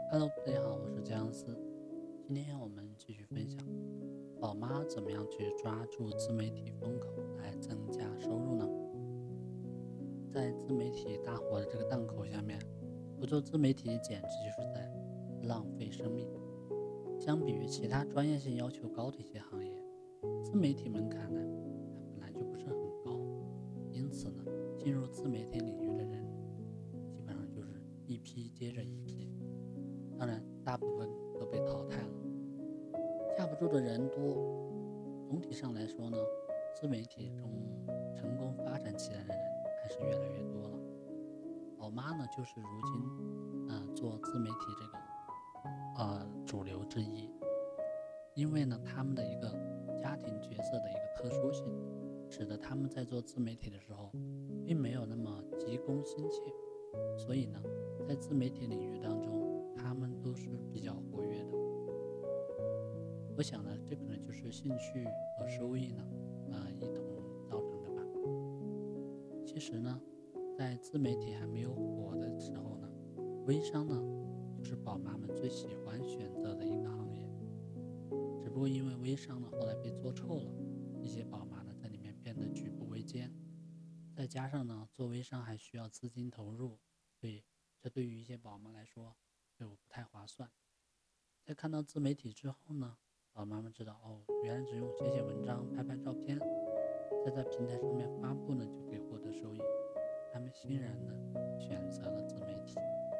Hello，大家好，我是姜思。今天我们继续分享宝妈怎么样去抓住自媒体风口来增加收入呢？在自媒体大火的这个档口下面，不做自媒体简直就是在浪费生命。相比于其他专业性要求高的一些行业，自媒体门槛呢，它本来就不是很高，因此呢，进入自媒体领域的人基本上就是一批接着一批。当然，大部分都被淘汰了，架不住的人多。总体上来说呢，自媒体中成功发展起来的人还是越来越多了。宝妈呢，就是如今做自媒体这个主流之一，因为呢他们的一个家庭角色的一个特殊性，使得他们在做自媒体的时候，并没有那么急功心切，所以呢，在自媒体领域当中，他们都是比较活跃的。我想呢，这可能就是兴趣和收益呢，一同造成的吧。其实呢，在自媒体还没有火的时候呢，微商呢，就是宝妈们最喜欢选择的一个行业。只不过因为微商呢，后来被做臭了，一些宝妈呢，在里面变得举步维艰。再加上呢，做微商还需要资金投入，所以这对于一些宝妈来说就不太划算。在看到自媒体之后呢，宝妈们知道哦，原来只用写写文章、拍拍照片，再在平台上面发布呢，就可以获得收益。他们欣然的选择了自媒体。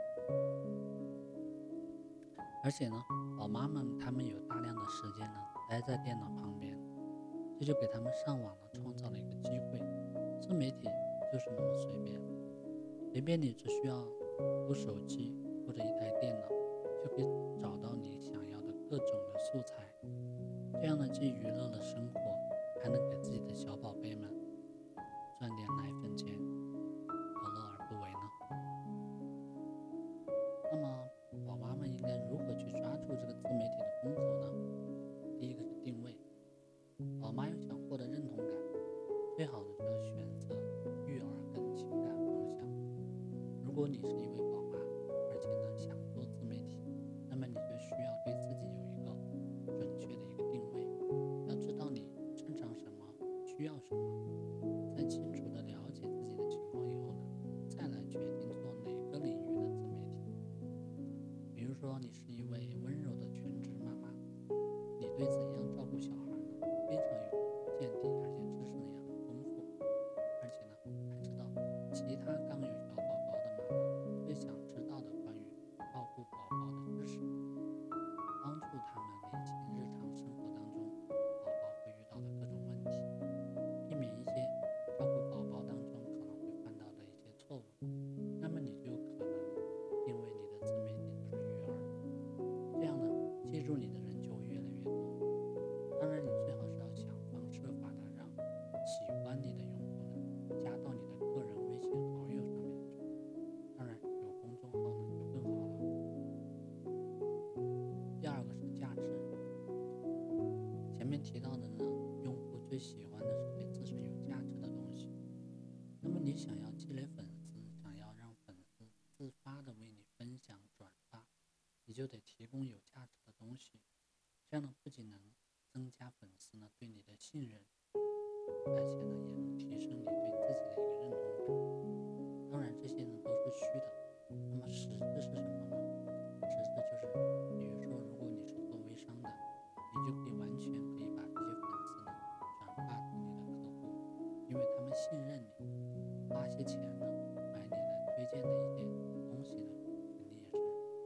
而且呢，宝妈们她们有大量的时间呢待在电脑旁边，这就给他们上网呢创造了一个机会。自媒体就是那么随便，随便你只需要部手机或者一台电脑，就可以找到你想要的各种的素材。这样呢，既娱乐了生活，还能给自己的小宝贝们赚点奶粉钱，何乐而不为呢？那么，宝妈们应该如何去抓住这个自媒体的风口呢？第一个是定位，宝妈要想获得认同感，最好的就要选择育儿跟情感方向。如果你是一位宝妈，而且呢想做自媒体，那么你就需要对自己有一个准确的一个定位，要知道你擅长什么，需要什么。在清楚的了解自己的情况以后呢，再来决定做哪个领域的自媒体。比如说，你是一位温柔的全职妈妈，你对怎样照顾小孩呢非常有见地，而且知识呢也很丰富，而且呢还知道其他刚有小宝宝的妈妈最想知道的关于照顾宝宝的知识，帮助他们理清日常生活当中宝宝会遇到的各种问题，避免一些照顾宝宝当中可能会犯到的一些错误。那么你就可能定位你的自媒体就是育儿，这样呢，记住你的人就会越来越多。当然，你最好是要想方设法的让喜欢你的用户呢加到你的个人微信好友上面去。当然，有公众号呢就更好了。第二个是价值，前面提到的呢，用户最喜欢的是对自身有价值的东西。那么你想要积累粉丝，想要让粉丝自发的为你分享转发，你就得提供有价值的东西。这样呢，不仅能增加粉丝呢对你的信任，而且呢也能提升你对自己的一个认同感。当然，这些呢都是虚的。那么实质是什么呢？实质就是，比如说，如果你是做微商的，你就可以完全可以把这些粉丝呢转发给你的客户，因为他们信任你，花些钱呢买你来推荐的一些东西呢，肯定也是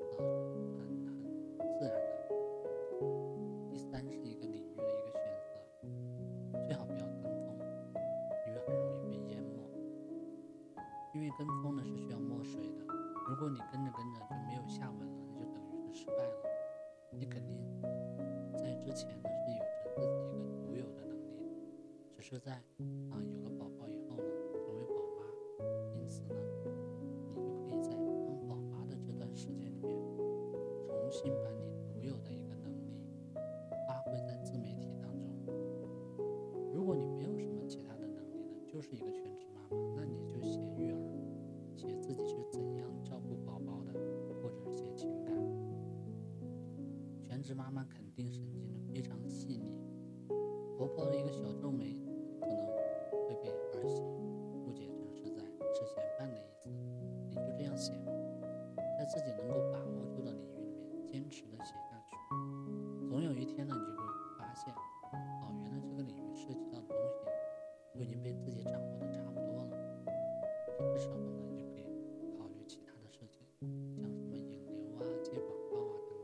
很自然的。第三是一个领域的一个选择，最好不要跟风，因为很容易被淹没。因为跟风呢是需要墨水的，如果你跟着跟着就没有下文了，那就等于是失败了。你肯定在之前呢是有着自己一个独有的能力的，只是在有了宝宝以后呢，成为宝妈，因此呢，你就可以在当宝妈的这段时间里面，重新把你独有的一个能力发挥在自媒体当中。如果你没有什么其他的能力呢，就是一个全职妈妈，那你就写育儿，写自己是怎样照顾宝宝的，或者写情感， 芝麻妈肯定神经非常细腻，活泼的一个小皱眉可能会被儿媳误解成是在吃闲饭的意思。你就这样写吗？在自己能够把握住的领域里面坚持的写下去，总有一天呢，你就会发现，原来这个领域涉及到的东西都已经被自己掌握的差不多了。这个时候呢，你就可以考虑其他的事情，像什么引流啊、接广告啊等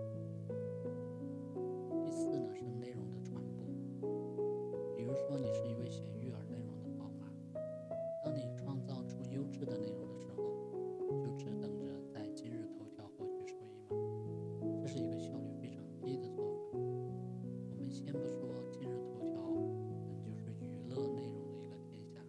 等。第四呢是内容的传播，比如说你是一位写育儿内容的宝妈，当你创造出优质的内容的时候，就只等着在今日头条获取收益吗？这是一个效率非常低的做法。我们先不说今日头条就是娱乐内容的一个天下，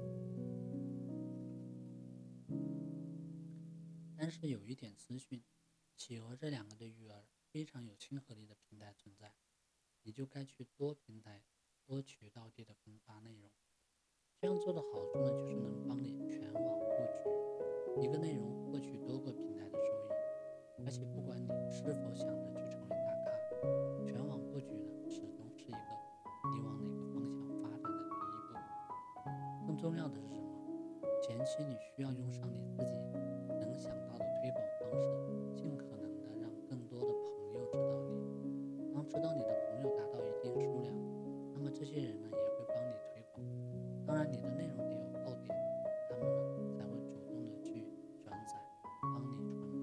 但是有一点资讯，企鹅这两个对育儿非常有亲和力的平台存在，你就该去多平台、多渠道地的分发内容。这样做的好处呢，就是能帮你全网布局，一个内容获取多个平台的收益。而且不管你是否想着去成为大咖，全网布局呢，始终是一个你往哪个方向发展的第一步。更重要的是什么？前期你需要用上你自己能想到的推广方式，尽可能的让更多的朋友知道你。当知道你的朋友达到一定数量，那么这些人呢也会帮你推广。当然你的内容得有爆点，他们呢才会主动的去转载，帮你传播。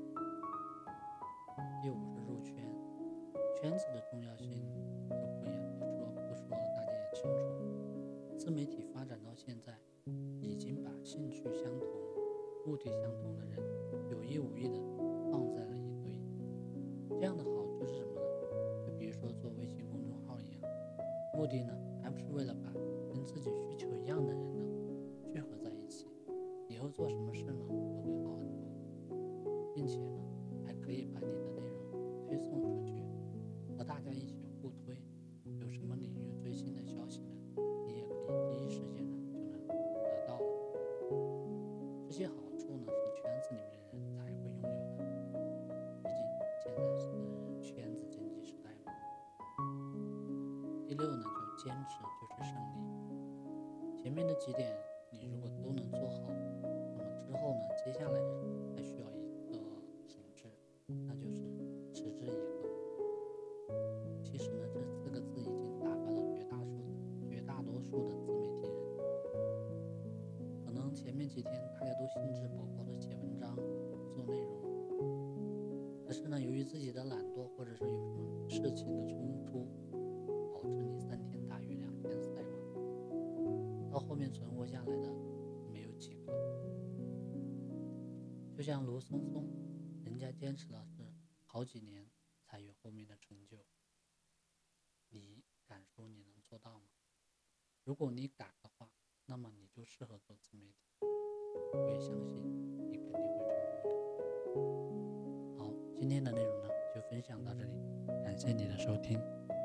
第五是入圈，圈子的重要性就不说了，大家也清楚。自媒体发展到现在，已经把兴趣相同、目的相同的人有意无意的放在了一堆。这样的好处是什么呢？就比如说做微信公众号一样，目的呢还不是为了把跟自己需求一样的人呢聚合在一起，以后做什么事呢都会好很多，并且呢还可以把你的内容推送出去，和大家一起互推。有什么领域最新的消息呢，你也可以第一时间呢就能得到了。这些好处呢是圈子里面的人才会拥有的，毕竟现在是圈子经济时代嘛。第六呢，就坚持就是胜利。前面的几点你如果都能做好，那么之后呢，接下来还需要一个品质，那就是持之以恒。其实呢，这四个字已经打败了绝大多数的自媒体人。可能前面几天大家都兴致勃勃的写文章、做内容，可是呢，由于自己的懒惰，或者是有什么事情的冲突，导致你3天大鱼2天晒网，到后面存活下来的没有几个。就像卢松松，人家坚持了是好几年才有后面的成就，你敢说你能做到吗？如果你敢的话，那么你就适合做自媒体，我也相信你肯定会成功的。好，今天的内容呢就分享到这里，感谢你的收听。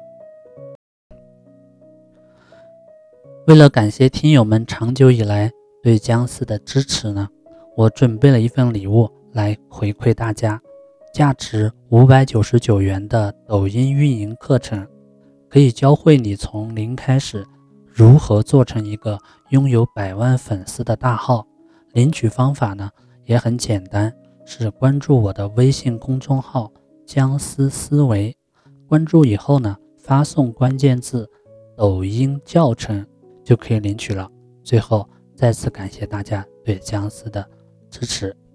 为了感谢听友们长久以来对姜丝的支持呢，我准备了一份礼物来回馈大家，价值599元的抖音运营课程，可以教会你从零开始如何做成一个拥有100万粉丝的大号。领取方法呢也很简单，是关注我的微信公众号姜丝思维，关注以后呢发送关键字抖音教程就可以领取了。最后再次感谢大家对姜丝的支持。